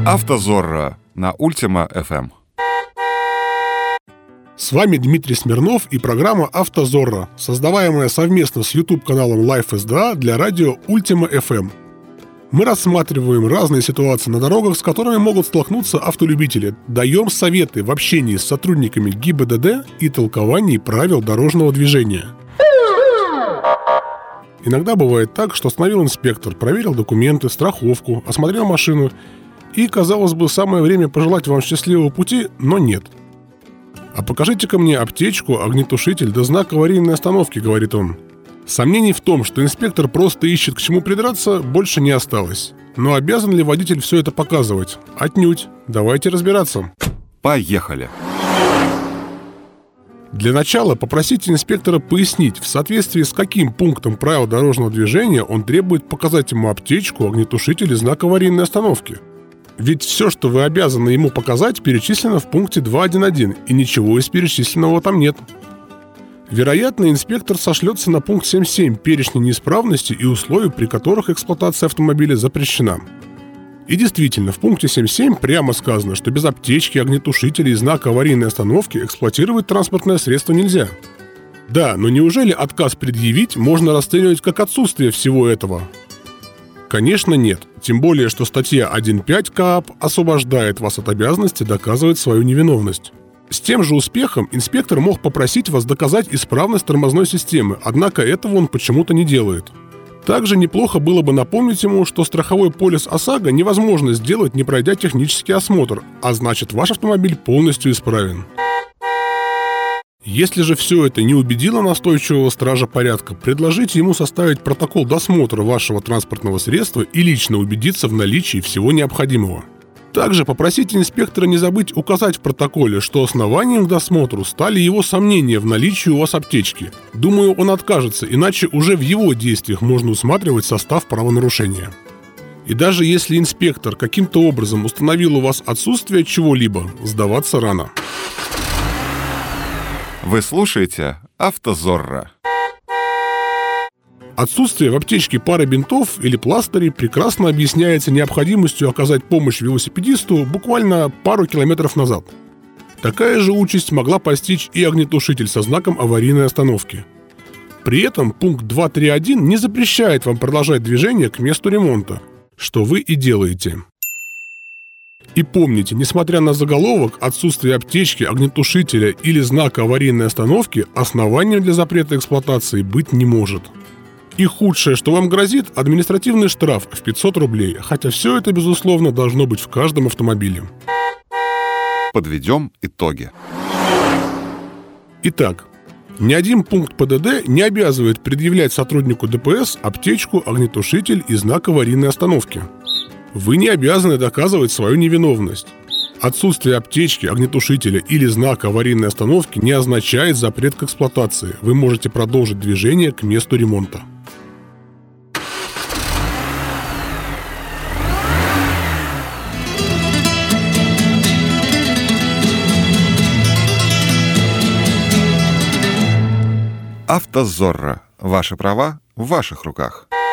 «Автозорро» на Ультима FM. С вами Дмитрий Смирнов и программа «Автозорро», создаваемая совместно с YouTube-каналом Life SDA для радио Ультима FM. Мы рассматриваем разные ситуации на дорогах, с которыми могут столкнуться автолюбители, даем советы в общении с сотрудниками ГИБДД и толковании правил дорожного движения. Иногда бывает так, что остановил инспектор, проверил документы, страховку, осмотрел машину и, казалось бы, самое время пожелать вам счастливого пути, но нет. «А покажите-ка мне аптечку, огнетушитель да знак аварийной остановки», — говорит он. Сомнений в том, что инспектор просто ищет к чему придраться, больше не осталось. Но обязан ли водитель все это показывать? Отнюдь. Давайте разбираться. Поехали! Для начала попросите инспектора пояснить, в соответствии с каким пунктом правил дорожного движения он требует показать ему аптечку, огнетушитель и знак аварийной остановки. Ведь все, что вы обязаны ему показать, перечислено в пункте 2.1.1, и ничего из перечисленного там нет. Вероятно, инспектор сошлется на пункт 7.7 перечня неисправностей и условий, при которых эксплуатация автомобиля запрещена. И действительно, в пункте 7.7 прямо сказано, что без аптечки, огнетушителя и знака аварийной остановки эксплуатировать транспортное средство нельзя. Да, но неужели отказ предъявить можно расценивать как отсутствие всего этого? Конечно, нет. Тем более, что статья 1.5 КАП освобождает вас от обязанности доказывать свою невиновность. С тем же успехом инспектор мог попросить вас доказать исправность тормозной системы, однако этого он почему-то не делает. Также неплохо было бы напомнить ему, что страховой полис ОСАГО невозможно сделать, не пройдя технический осмотр, а значит, ваш автомобиль полностью исправен. Если же все это не убедило настойчивого стража порядка, предложите ему составить протокол досмотра вашего транспортного средства и лично убедиться в наличии всего необходимого. Также попросите инспектора не забыть указать в протоколе, что основанием к досмотру стали его сомнения в наличии у вас аптечки. Думаю, он откажется, иначе уже в его действиях можно усматривать состав правонарушения. И даже если инспектор каким-то образом установил у вас отсутствие чего-либо, сдаваться рано. Вы слушаете «Автозорро». Отсутствие в аптечке пары бинтов или пластырей прекрасно объясняется необходимостью оказать помощь велосипедисту буквально пару километров назад. Такая же участь могла постичь и огнетушитель со знаком аварийной остановки. При этом пункт 2.3.1 не запрещает вам продолжать движение к месту ремонта, что вы и делаете. И помните, несмотря на заголовок, отсутствие аптечки, огнетушителя или знака аварийной остановки основанием для запрета эксплуатации быть не может. И худшее, что вам грозит, административный штраф в 500 рублей, хотя все это, безусловно, должно быть в каждом автомобиле. Подведем итоги. Итак, ни один пункт ПДД не обязывает предъявлять сотруднику ДПС аптечку, огнетушитель и знак аварийной остановки. Вы не обязаны доказывать свою невиновность. Отсутствие аптечки, огнетушителя или знака аварийной остановки не означает запрет к эксплуатации. Вы можете продолжить движение к месту ремонта. «Автозорро». Ваши права в ваших руках.